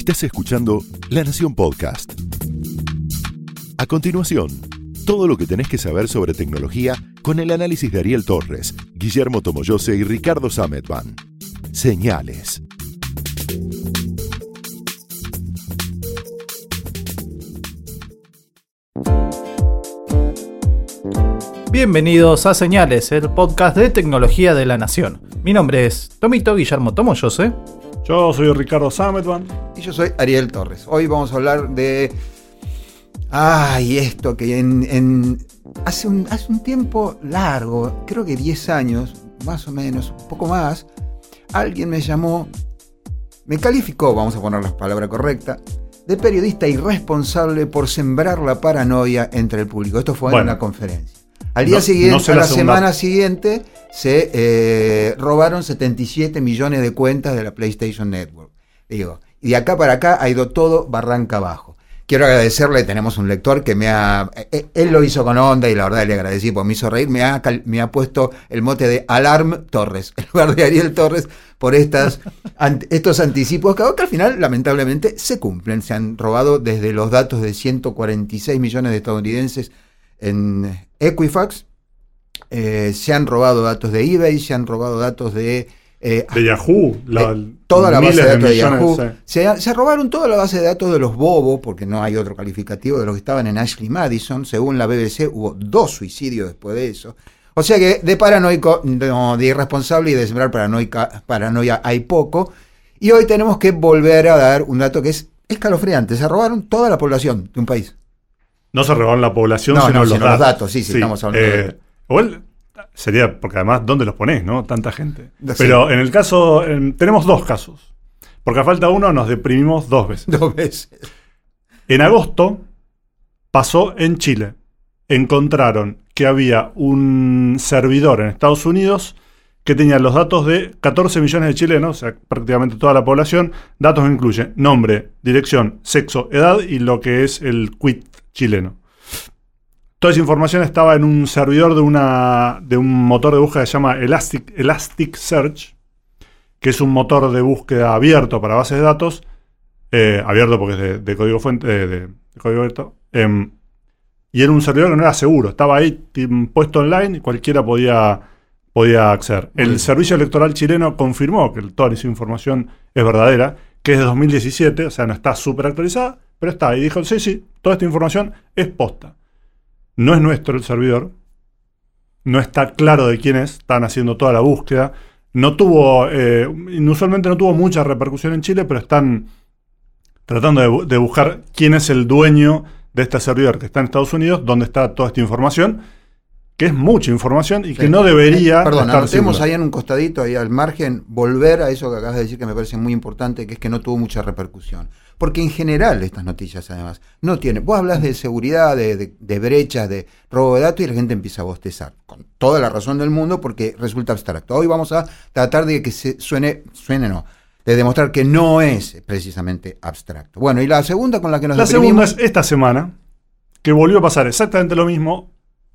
Estás escuchando La Nación Podcast. A continuación, todo lo que tenés que saber sobre tecnología con el análisis de Ariel Torres, Guillermo Tomoyose y Ricardo Sametban. Señales. Bienvenidos a Señales, el podcast de tecnología de La Nación. Mi nombre es Tomito Guillermo Tomoyose. Yo soy Ricardo Sametban. Y yo soy Ariel Torres. Hoy vamos a hablar de... esto que hace un tiempo largo, creo que 10 años, más o menos, un poco más, alguien me llamó, me calificó, vamos a poner la palabra correcta, de periodista irresponsable por sembrar la paranoia entre el público. Esto fue en una conferencia. Al día siguiente, a la semana siguiente, se robaron 77 millones de cuentas de la PlayStation Network. Digo, y de acá para acá ha ido todo barranca abajo. Quiero agradecerle, tenemos un lector que él lo hizo con onda y la verdad le agradecí porque me hizo reír, me ha puesto el mote de Alarm Torres, en lugar de Ariel Torres, por estos anticipos que al final lamentablemente se cumplen. Se han robado desde los datos de 146 millones de estadounidenses en Equifax, se han robado datos de eBay, se han robado datos de Yahoo, toda la base de datos de millones, Yahoo. sí. Se robaron toda la base de datos de los bobos, porque no hay otro calificativo, de los que estaban en Ashley Madison. Según la BBC, hubo 2 suicidios después de eso. O sea que de paranoico, de irresponsable y de sembrar paranoia hay poco. Y hoy tenemos que volver a dar un dato que es escalofriante. Se robaron toda la población de un país. No se robaron la población, sino los datos. Sí, estamos hablando de... Igual sería, porque además, ¿dónde los ponés, no? Tanta gente. Sí. Pero en el caso, tenemos 2 casos. Porque a falta uno nos deprimimos 2 veces. 2 veces. En agosto pasó en Chile. Encontraron que había un servidor en Estados Unidos que tenía los datos de 14 millones de chilenos, o sea, prácticamente toda la población. Datos que incluyen nombre, dirección, sexo, edad y lo que es el quit chileno. Toda esa información estaba en un servidor de un motor de búsqueda que se llama Elasticsearch, que es un motor de búsqueda abierto para bases de datos, abierto porque es de código fuente, de código abierto, y era un servidor que no era seguro, estaba ahí puesto online y cualquiera podía acceder. El Servicio Electoral chileno confirmó que toda esa información es verdadera, que es de 2017, o sea, no está súper actualizada, pero está ahí. Y dijo, sí, toda esta información es posta. No es nuestro el servidor, no está claro de quién es, están haciendo toda la búsqueda. Inusualmente no tuvo mucha repercusión en Chile, pero están tratando de buscar quién es el dueño de este servidor que está en Estados Unidos, donde está toda esta información, que es mucha información y que no debería Perdón, estar anotemos circulando. ahí en un costadito, ahí al margen, volver a eso que acabas de decir que me parece muy importante, que es que no tuvo mucha repercusión. Porque en general estas noticias además no tienen... Vos hablas de seguridad, de brechas, de robo de datos y la gente empieza a bostezar. Con toda la razón del mundo porque resulta abstracto. Hoy vamos a tratar de que de demostrar que no es precisamente abstracto. Bueno, y la segunda con la que nos La deprimimos... segunda es esta semana, que volvió a pasar exactamente lo mismo.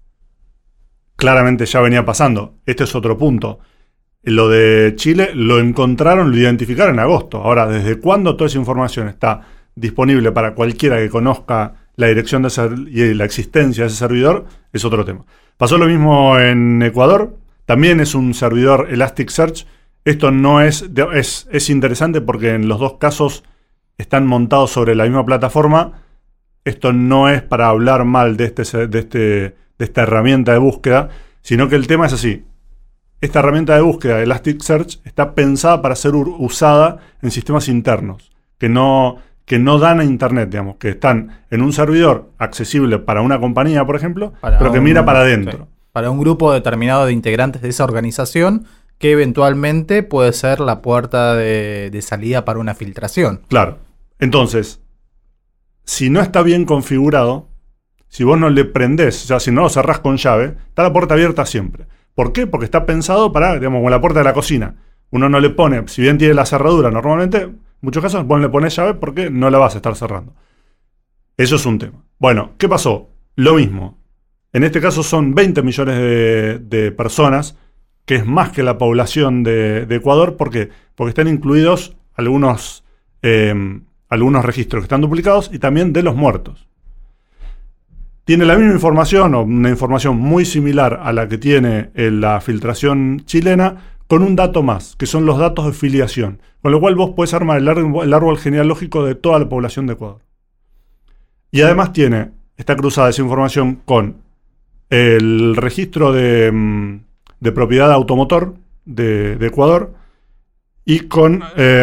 Claramente ya venía pasando. Este es otro punto. Lo de Chile lo encontraron, lo identificaron en agosto. Ahora, ¿desde cuándo toda esa información está disponible para cualquiera que conozca la dirección y la existencia de ese servidor? Es otro tema. Pasó lo mismo en Ecuador. También es un servidor Elasticsearch. Esto no es interesante porque en los 2 casos están montados sobre la misma plataforma. Esto no es para hablar mal de esta herramienta de búsqueda, sino que el tema es así. Esta herramienta de búsqueda, Elasticsearch, está pensada para ser usada en sistemas internos, que no dan a internet, digamos, que están en un servidor accesible para una compañía, por ejemplo, pero que mira para adentro. Sí, para un grupo determinado de integrantes de esa organización que eventualmente puede ser la puerta de salida para una filtración. Claro. Entonces, si no está bien configurado, si vos no le prendés, o sea, si no lo cerrás con llave, está la puerta abierta siempre. ¿Por qué? Porque está pensado para, digamos, como la puerta de la cocina. Uno no le pone, si bien tiene la cerradura normalmente, en muchos casos vos le pones llave porque no la vas a estar cerrando. Eso es un tema. Bueno, ¿qué pasó? Lo mismo. En este caso son 20 millones de personas, que es más que la población de Ecuador. ¿Por qué? Porque están incluidos algunos algunos registros que están duplicados y también de los muertos. Tiene la misma información o una información muy similar a la que tiene la filtración chilena, con un dato más, que son los datos de filiación. Con lo cual vos podés armar el árbol genealógico de toda la población de Ecuador. Y además está cruzada esa información con el registro de propiedad automotor de Ecuador y con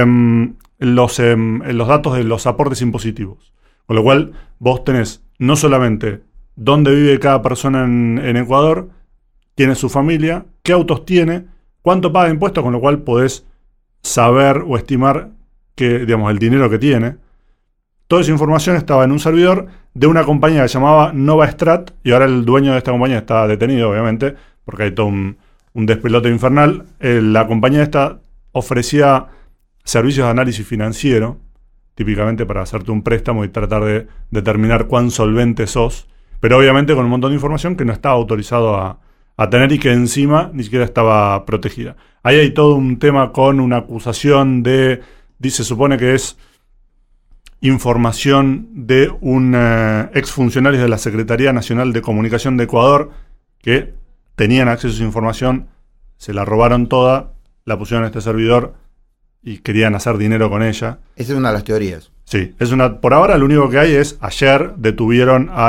los datos de los aportes impositivos. Con lo cual vos tenés no solamente dónde vive cada persona en Ecuador, quién es su familia, qué autos tiene, cuánto paga de impuestos, con lo cual podés saber o estimar el dinero que tiene. Toda esa información estaba en un servidor de una compañía que se llamaba NovaStrat, y ahora el dueño de esta compañía está detenido, obviamente, porque hay todo un despelote infernal. La compañía esta ofrecía servicios de análisis financiero, típicamente para hacerte un préstamo y tratar de determinar cuán solvente sos, pero obviamente con un montón de información que no estaba autorizado a tener y que encima ni siquiera estaba protegida. Ahí hay todo un tema con una acusación se supone que es información de un exfuncionario de la Secretaría Nacional de Comunicación de Ecuador que tenían acceso a esa información, se la robaron toda, la pusieron en este servidor y querían hacer dinero con ella. Esa es una de las teorías. Sí, por ahora lo único que hay es, ayer detuvieron a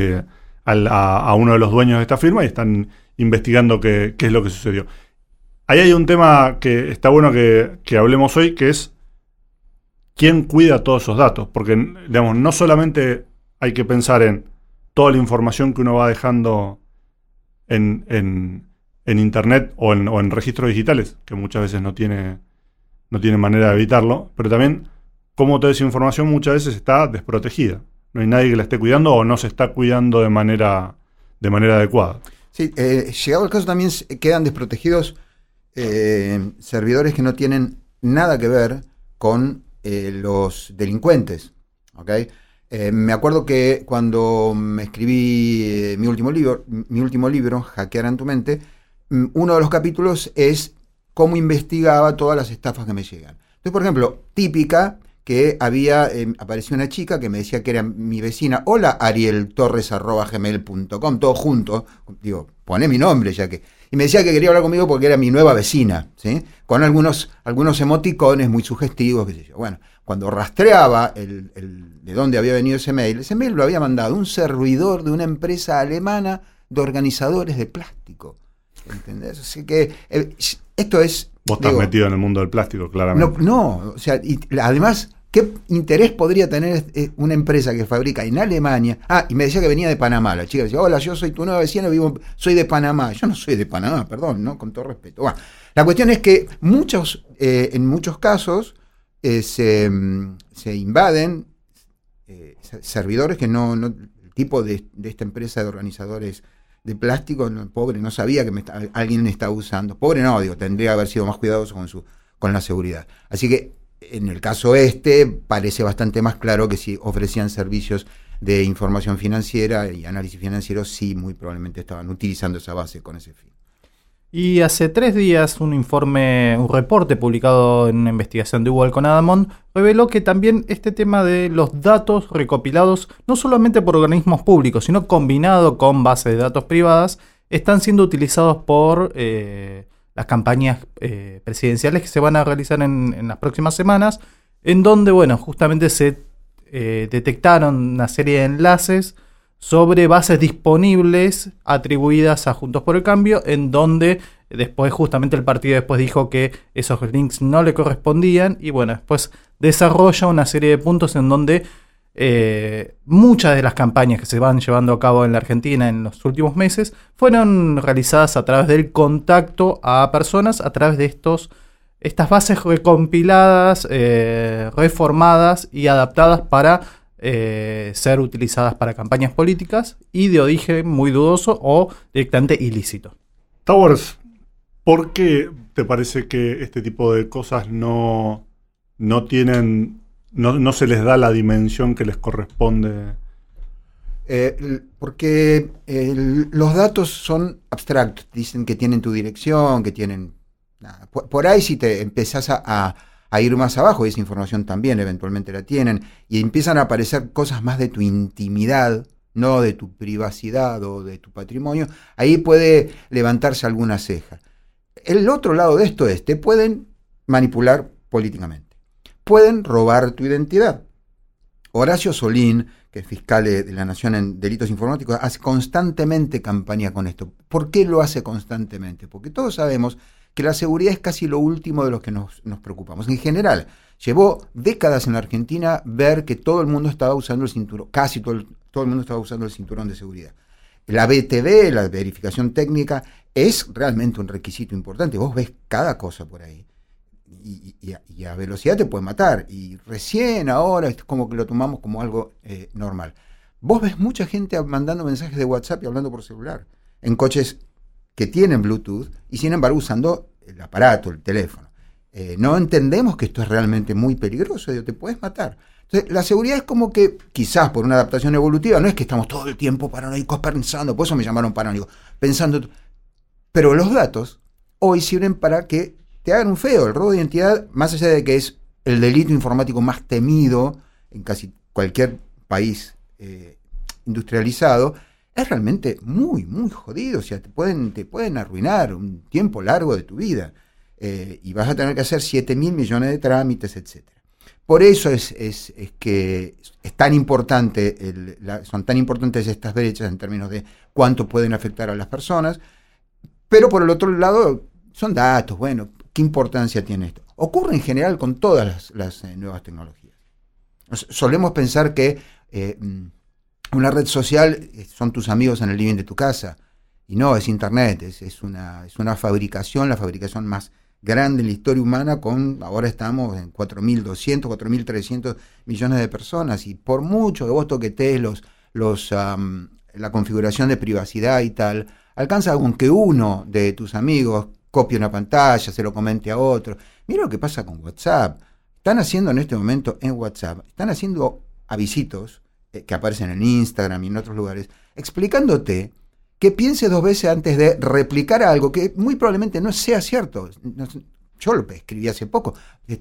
uno de los dueños de esta firma y están investigando qué es lo que sucedió. Ahí hay un tema que está bueno que hablemos hoy, que es quién cuida todos esos datos. Porque, no solamente hay que pensar en toda la información que uno va dejando en internet o en registros digitales, que muchas veces no tiene manera de evitarlo, pero también cómo toda esa información muchas veces está desprotegida. No hay nadie que la esté cuidando o no se está cuidando de manera adecuada. Sí, llegado el caso también quedan desprotegidos servidores que no tienen nada que ver con los delincuentes. ¿Okay? Me acuerdo que cuando me escribí mi último libro, Hackear en tu mente, uno de los capítulos es cómo investigaba todas las estafas que me llegan. Entonces, por ejemplo, típica que apareció una chica que me decía que era mi vecina. Hola, arieltorres@gmail.com, todo junto. Digo, poné mi nombre ya que. Y me decía que quería hablar conmigo porque era mi nueva vecina, ¿sí? Con algunos emoticones muy sugestivos, qué sé yo. Bueno, cuando rastreaba de dónde había venido ese mail lo había mandado un servidor de una empresa alemana de organizadores de plástico. ¿Entendés? Así que esto es... Vos estás metido en el mundo del plástico, claramente. No, o sea, y además, ¿qué interés podría tener una empresa que fabrica en Alemania? Y me decía que venía de Panamá. La chica decía, hola, yo soy tu nueva vecina, soy de Panamá. Yo no soy de Panamá, perdón, ¿no? Con todo respeto. Bueno, la cuestión es que en muchos casos se invaden servidores que no el tipo de esta empresa de organizadores de plástico, pobre, no sabía que alguien estaba usando. Pobre no, tendría que haber sido más cuidadoso con la seguridad. Así que en el caso parece bastante más claro que si ofrecían servicios de información financiera y análisis financiero, sí, muy probablemente estaban utilizando esa base con ese fin. Y hace 3 días un reporte publicado en una investigación de Google con Adamon reveló que también este tema de los datos recopilados no solamente por organismos públicos, sino combinado con bases de datos privadas, están siendo utilizados por las campañas presidenciales que se van a realizar en las próximas semanas, en donde, justamente se detectaron una serie de enlaces sobre bases disponibles atribuidas a Juntos por el Cambio, en donde después justamente el partido dijo que esos links no le correspondían y después desarrolla una serie de puntos en donde muchas de las campañas que se van llevando a cabo en la Argentina en los últimos meses fueron realizadas a través del contacto a personas, a través de estas bases recompiladas, reformadas y adaptadas para ser utilizadas para campañas políticas y de origen muy dudoso o directamente ilícito. Towers, ¿por qué te parece que este tipo de cosas no se les da la dimensión que les corresponde? Porque los datos son abstractos, dicen que tienen tu dirección, que tienen... Por ahí si te empezás a a ir más abajo, y esa información también eventualmente la tienen, y empiezan a aparecer cosas más de tu intimidad, no de tu privacidad o de tu patrimonio, ahí puede levantarse alguna ceja. El otro lado de esto es, te pueden manipular políticamente, pueden robar tu identidad. Horacio Solín, que es fiscal de la Nación en delitos informáticos, hace constantemente campaña con esto. ¿Por qué lo hace constantemente? Porque todos sabemos que la seguridad es casi lo último de lo que nos preocupamos. En general, llevó décadas en la Argentina ver que todo el mundo estaba usando el cinturón, casi todo el mundo estaba usando el cinturón de seguridad. La BTV, la verificación técnica, es realmente un requisito importante. Vos ves cada cosa por ahí. Y a velocidad te puede matar. Y recién ahora es como que lo tomamos como algo normal. Vos ves mucha gente mandando mensajes de WhatsApp y hablando por celular en coches que tienen Bluetooth y sin embargo usando el aparato, el teléfono. No entendemos que esto es realmente muy peligroso, te puedes matar. Entonces, la seguridad es como que, quizás por una adaptación evolutiva, no es que estamos todo el tiempo paranoicos pensando, por eso me llamaron paranoico, pensando. Pero los datos hoy sirven para que te hagan un feo. El robo de identidad, más allá de que es el delito informático más temido en casi cualquier país industrializado, es realmente muy, muy jodido. O sea, te pueden arruinar un tiempo largo de tu vida. Y vas a tener que hacer 7.000 millones de trámites, etc. Por eso es que es tan importante, son tan importantes estas brechas en términos de cuánto pueden afectar a las personas. Pero por el otro lado, son datos. Bueno, ¿qué importancia tiene esto? Ocurre en general con todas las nuevas tecnologías. Solemos pensar que una red social son tus amigos en el living de tu casa. Y no, es Internet, es una fabricación, la fabricación más grande en la historia humana, ahora estamos en 4.200, 4.300 millones de personas, y por mucho que vos toquetees la configuración de privacidad y tal, alcanza con que uno de tus amigos copie una pantalla, se lo comente a otro. Mira lo que pasa con WhatsApp. Están haciendo en este momento en WhatsApp, están haciendo avisitos que aparecen en Instagram y en otros lugares, explicándote que piense dos veces antes de replicar algo que muy probablemente no sea cierto. Yo lo escribí hace poco.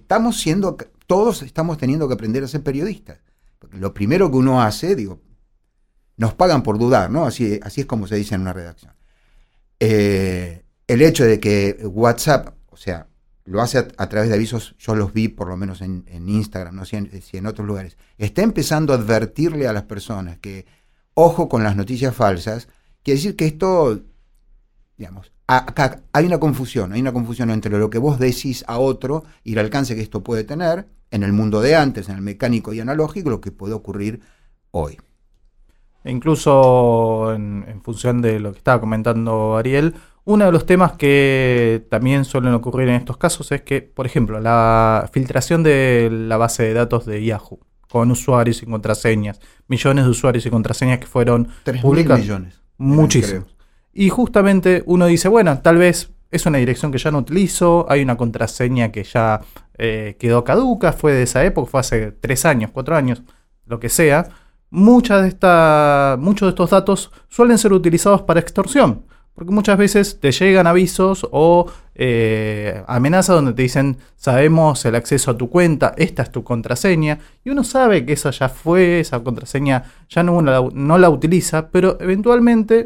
Todos estamos teniendo que aprender a ser periodistas. Porque lo primero que uno hace, nos pagan por dudar, ¿no? Así es como se dice en una redacción. El hecho de que WhatsApp, o sea, lo hace a través de avisos, yo los vi por lo menos en Instagram, no sé si en otros lugares, está empezando a advertirle a las personas que, ojo con las noticias falsas. Quiere decir que esto, acá hay una confusión entre lo que vos decís a otro y el alcance que esto puede tener en el mundo de antes, en el mecánico y analógico, lo que puede ocurrir hoy. E incluso en función de lo que estaba comentando Ariel, uno de los temas que también suelen ocurrir en estos casos es que, por ejemplo, la filtración de la base de datos de Yahoo, con usuarios y contraseñas, millones de usuarios y contraseñas que fueron 3.000 millones. Muchísimo. Y justamente uno dice, bueno, tal vez es una dirección que ya no utilizo, hay una contraseña que ya quedó caduca, fue de esa época, fue hace 3 años, 4 años, lo que sea. Muchos de estos datos suelen ser utilizados para extorsión, porque muchas veces te llegan avisos o amenazas donde te dicen, sabemos el acceso a tu cuenta, esta es tu contraseña, y uno sabe que esa contraseña ya no la utiliza, pero eventualmente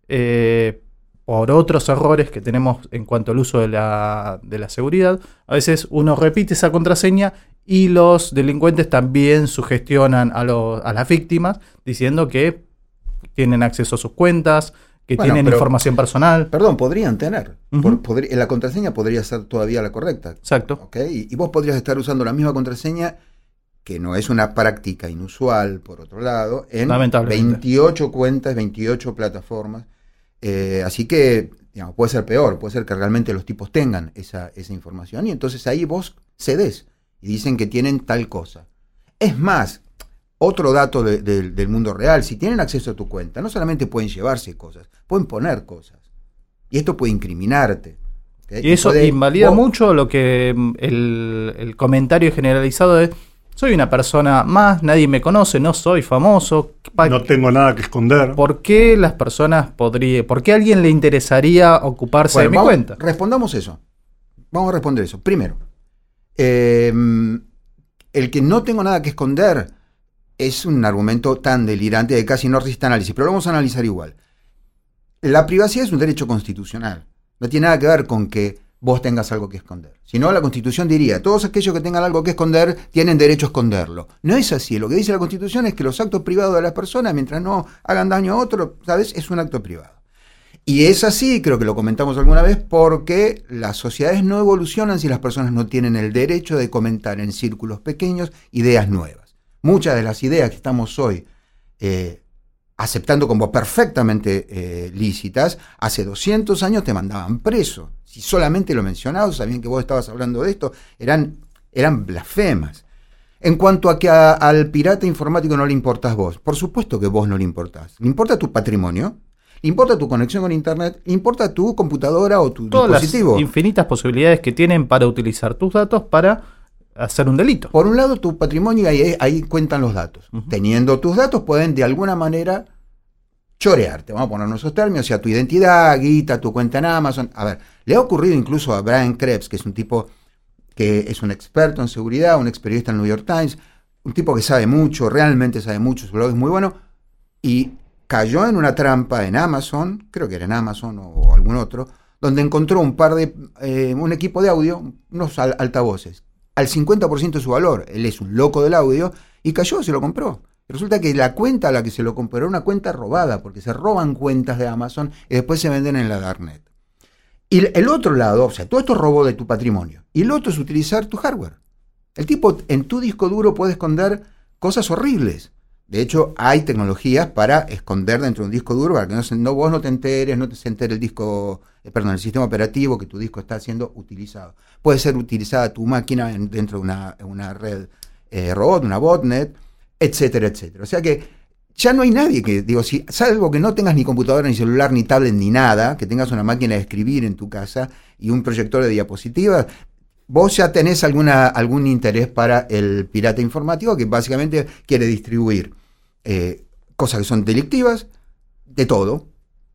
por otros errores que tenemos en cuanto al uso de la seguridad, a veces uno repite esa contraseña y los delincuentes también sugestionan a las víctimas diciendo que tienen acceso a sus cuentas, que tienen información personal. Perdón, podrían tener. Uh-huh. La contraseña podría ser todavía la correcta. Exacto. ¿Okay? Y vos podrías estar usando la misma contraseña, que no es una práctica inusual, por otro lado, en 28 cuentas, 28 plataformas. Así que, puede ser peor, puede ser que realmente los tipos tengan esa información y entonces ahí vos cedés y dicen que tienen tal cosa. Es más, otro dato del mundo real, si tienen acceso a tu cuenta, no solamente pueden llevarse cosas, pueden poner cosas. Y esto puede incriminarte. ¿Okay? Y eso invalida mucho lo que el comentario generalizado es: soy una persona más, nadie me conoce, no soy famoso. No tengo nada que esconder. ¿Por qué las personas por qué a alguien le interesaría ocuparse de mi cuenta? Respondamos eso. Vamos a responder eso. Primero, El que no tengo nada que esconder es un argumento tan delirante que casi no resiste análisis, pero lo vamos a analizar igual. La privacidad es un derecho constitucional. No tiene nada que ver con que vos tengas algo que esconder. Si no, la Constitución diría, todos aquellos que tengan algo que esconder tienen derecho a esconderlo. No es así. Lo que dice la Constitución es que los actos privados de las personas, mientras no hagan daño a otro, ¿sabes? Es un acto privado. Y es así, creo que lo comentamos alguna vez, porque las sociedades no evolucionan si las personas no tienen el derecho de comentar en círculos pequeños ideas nuevas. Muchas de las ideas que estamos hoy aceptando como perfectamente lícitas, hace 200 años te mandaban preso. Si solamente lo mencionabas, sabían que vos estabas hablando de esto, eran blasfemas. En cuanto a que al pirata informático no le importás vos, por supuesto que vos no le importás. Le importa tu patrimonio, le importa tu conexión con internet, le importa tu computadora o tu dispositivo. Las infinitas posibilidades que tienen para utilizar tus datos para hacer un delito. Por un lado, tu patrimonio, ahí cuentan los datos. Uh-huh. Teniendo tus datos, pueden de alguna manera chorearte. Vamos a poner nuestros términos, o sea, tu identidad, guita, tu cuenta en Amazon. A ver, le ha ocurrido incluso a Brian Krebs, que es un tipo que es un experto en seguridad, un ex periodista en el New York Times, un tipo que sabe mucho, realmente sabe mucho, su blog es muy bueno, y cayó en una trampa en Amazon, creo que era en Amazon o algún otro, donde encontró un equipo de audio, unos altavoces, al 50% de su valor. Él es un loco del audio y cayó, se lo compró. Resulta que la cuenta a la que se lo compró era una cuenta robada, porque se roban cuentas de Amazon y después se venden en la Darknet. Y el otro lado, o sea, todo esto es robo de tu patrimonio. Y el otro es utilizar tu hardware. El tipo en tu disco duro puede esconder cosas horribles. De hecho, hay tecnologías para esconder dentro de un disco duro para que vos no te enteres, no se entere el sistema operativo que tu disco está siendo utilizado. Puede ser utilizada tu máquina dentro de una red robot, una botnet, etcétera, etcétera. O sea que ya no hay nadie que, salvo que no tengas ni computadora, ni celular, ni tablet, ni nada, que tengas una máquina de escribir en tu casa y un proyector de diapositivas, vos ya tenés algún interés para el pirata informático que básicamente quiere distribuir cosas que son delictivas, de todo.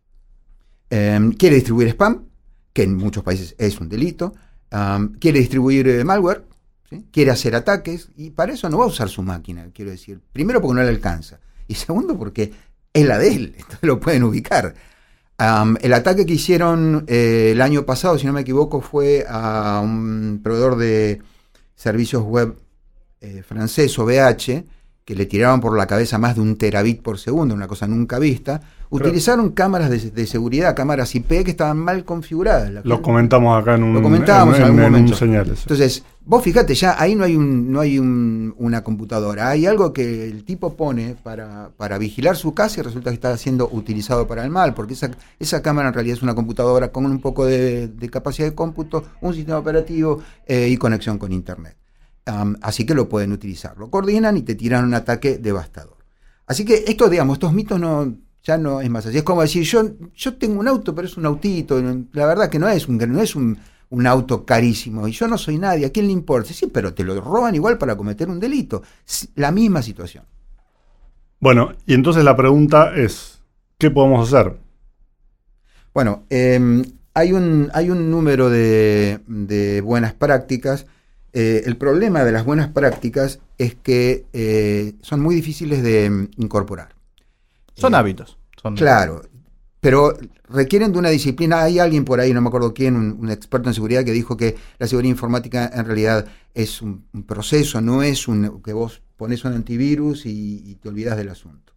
Quiere distribuir spam, que en muchos países es un delito. Quiere distribuir malware, ¿sí? Quiere hacer ataques, y para eso no va a usar su máquina, quiero decir. Primero porque no le alcanza, y segundo porque es la de él, entonces lo pueden ubicar. El ataque que hicieron el año pasado, si no me equivoco, fue a un proveedor de servicios web francés, OVH, que le tiraron por la cabeza más de 1 terabit por segundo, una cosa nunca vista. Utilizaron cámaras de seguridad, cámaras IP que estaban mal configuradas. Lo comentamos acá en algún momento. Señales. Entonces, vos fijate, ya ahí no hay una computadora. Hay algo que el tipo pone para vigilar su casa y resulta que está siendo utilizado para el mal, porque esa cámara en realidad es una computadora con un poco de capacidad de cómputo, un sistema operativo y conexión con internet. Así que lo pueden utilizar. Lo coordinan y te tiran un ataque devastador. Así que estos mitos ya no es más así. Es como decir, yo tengo un auto, pero es un autito. La verdad que no es un auto carísimo y yo no soy nadie. ¿A quién le importa? Sí, pero te lo roban igual para cometer un delito. La misma situación. Bueno, y entonces la pregunta es, ¿qué podemos hacer? Bueno, hay un número de buenas prácticas. El problema de las buenas prácticas es que son muy difíciles de incorporar. Son hábitos. Claro, pero requieren de una disciplina. Hay alguien por ahí, no me acuerdo quién, un experto en seguridad, que dijo que la seguridad informática en realidad es un proceso, no es que vos pones un antivirus y te olvidas del asunto.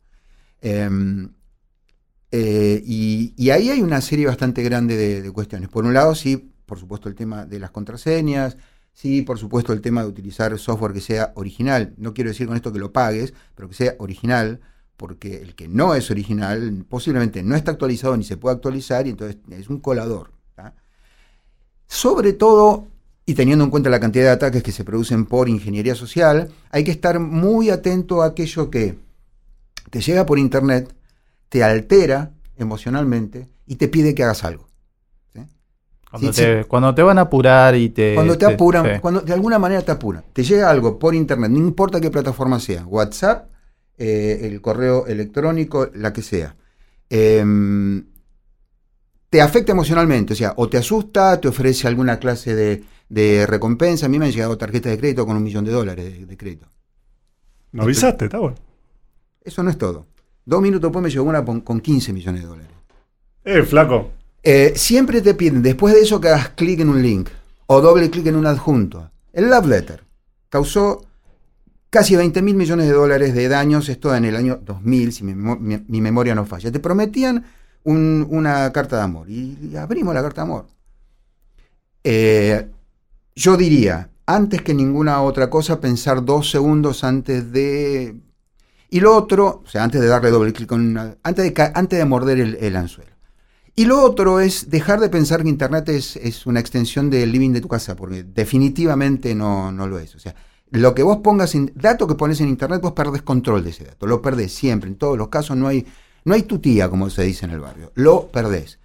Y ahí hay una serie bastante grande de cuestiones. Por un lado, sí, por supuesto, el tema de las contraseñas. Sí, por supuesto, el tema de utilizar software que sea original. No quiero decir con esto que lo pagues, pero que sea original, porque el que no es original posiblemente no está actualizado ni se puede actualizar y entonces es un colador. ¿tá? Sobre todo, y teniendo en cuenta la cantidad de ataques que se producen por ingeniería social, hay que estar muy atento a aquello que te llega por internet, te altera emocionalmente y te pide que hagas algo. Cuando te van a apurar y Cuando te apuran, cuando de alguna manera te apuran. Te llega algo por internet, no importa qué plataforma sea, WhatsApp, el correo electrónico, la que sea. Te afecta emocionalmente, o sea, o te asusta, te ofrece alguna clase de recompensa. A mí me han llegado tarjetas de crédito con $1 millón de crédito. ¿No avisaste? Está bueno. Eso no es todo. 2 minutos después me llegó una con $15 millones. Flaco. Siempre te piden, después de eso, que hagas clic en un link o doble clic en un adjunto. El Love Letter causó casi $20 mil millones de daños, esto en el año 2000, si mi memoria no falla. Te prometían una carta de amor y abrimos la carta de amor. Yo diría, antes que ninguna otra cosa, pensar 2 segundos antes de... Y lo otro, o sea, antes de darle doble clic, antes de morder el anzuelo. Y lo otro es dejar de pensar que Internet es una extensión del living de tu casa, porque definitivamente no lo es. O sea, lo que vos pongas, dato que pones en Internet, vos perdés control de ese dato. Lo perdés siempre, en todos los casos. No hay tu tía, como se dice en el barrio. Lo perdés.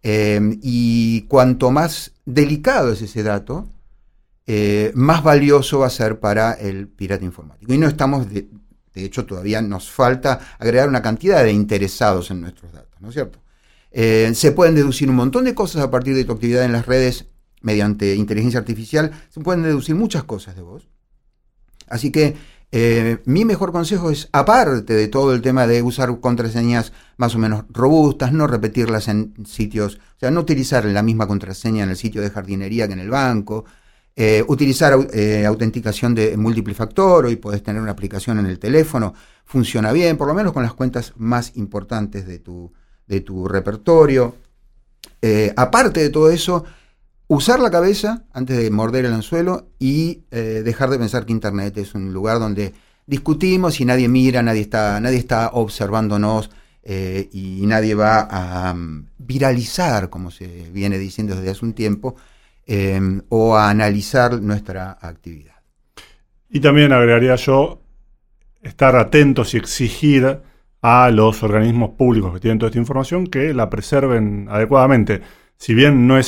Y cuanto más delicado es ese dato, más valioso va a ser para el pirata informático. Y no estamos, de hecho, todavía nos falta agregar una cantidad de interesados en nuestros datos, ¿no es cierto? Se pueden deducir un montón de cosas a partir de tu actividad en las redes mediante inteligencia artificial. Se pueden deducir muchas cosas de vos. Así que mi mejor consejo es, aparte de todo el tema de usar contraseñas más o menos robustas, no repetirlas en sitios, o sea, no utilizar la misma contraseña en el sitio de jardinería que en el banco, utilizar autenticación de múltiple factor. Hoy podés tener una aplicación en el teléfono, funciona bien, por lo menos con las cuentas más importantes de tu repertorio. Aparte de todo eso, usar la cabeza antes de morder el anzuelo y dejar de pensar que Internet es un lugar donde discutimos y nadie mira, nadie está observándonos, y nadie va a viralizar, como se viene diciendo desde hace un tiempo, o a analizar nuestra actividad. Y también agregaría yo estar atentos y exigir a los organismos públicos que tienen toda esta información que la preserven adecuadamente. Si bien no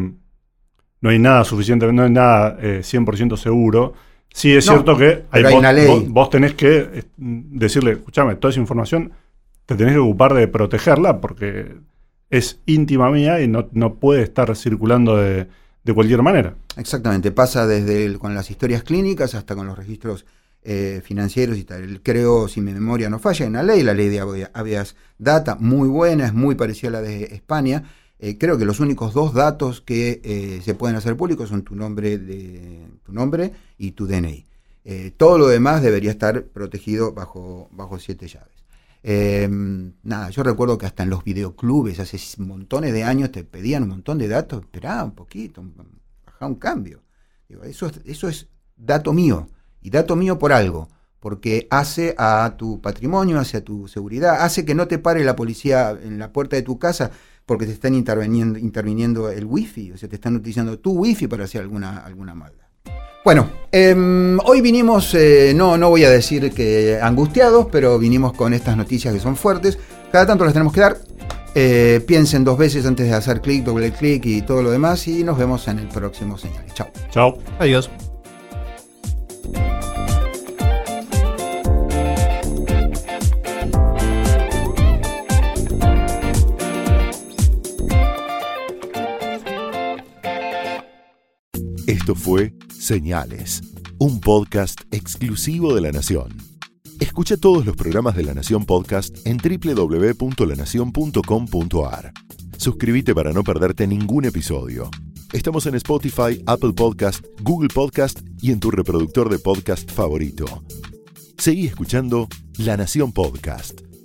hay nada suficiente, no hay nada 100% seguro, sí es cierto que vos tenés que decirle, escuchame, toda esa información te tenés que ocupar de protegerla porque es íntima mía y no puede estar circulando de cualquier manera. Exactamente, pasa desde con las historias clínicas hasta con los registros financieros y tal. Creo, si mi memoria no falla, hay una ley, la ley de habeas data, muy buena, es muy parecida a la de España. Creo que los únicos 2 datos que se pueden hacer públicos son tu nombre y tu DNI. Todo lo demás debería estar protegido bajo 7 llaves. Yo recuerdo que hasta en los videoclubes hace montones de años te pedían un montón de datos. Esperá un poquito, bajá un cambio. Digo, eso es dato mío. Y dato mío por algo, porque hace a tu patrimonio, hace a tu seguridad, hace que no te pare la policía en la puerta de tu casa porque te están interviniendo el wifi, o sea, te están utilizando tu wifi para hacer alguna maldad. Bueno, hoy vinimos, no voy a decir que angustiados, pero vinimos con estas noticias que son fuertes. Cada tanto las tenemos que dar. Piensen 2 veces antes de hacer clic, doble clic y todo lo demás, y nos vemos en el próximo Señales. Chao. Chao. Adiós. Esto fue Señales, un podcast exclusivo de La Nación. Escucha todos los programas de La Nación Podcast en www.lanacion.com.ar. Suscríbete para no perderte ningún episodio. Estamos en Spotify, Apple Podcast, Google Podcast y en tu reproductor de podcast favorito. Seguí escuchando La Nación Podcast.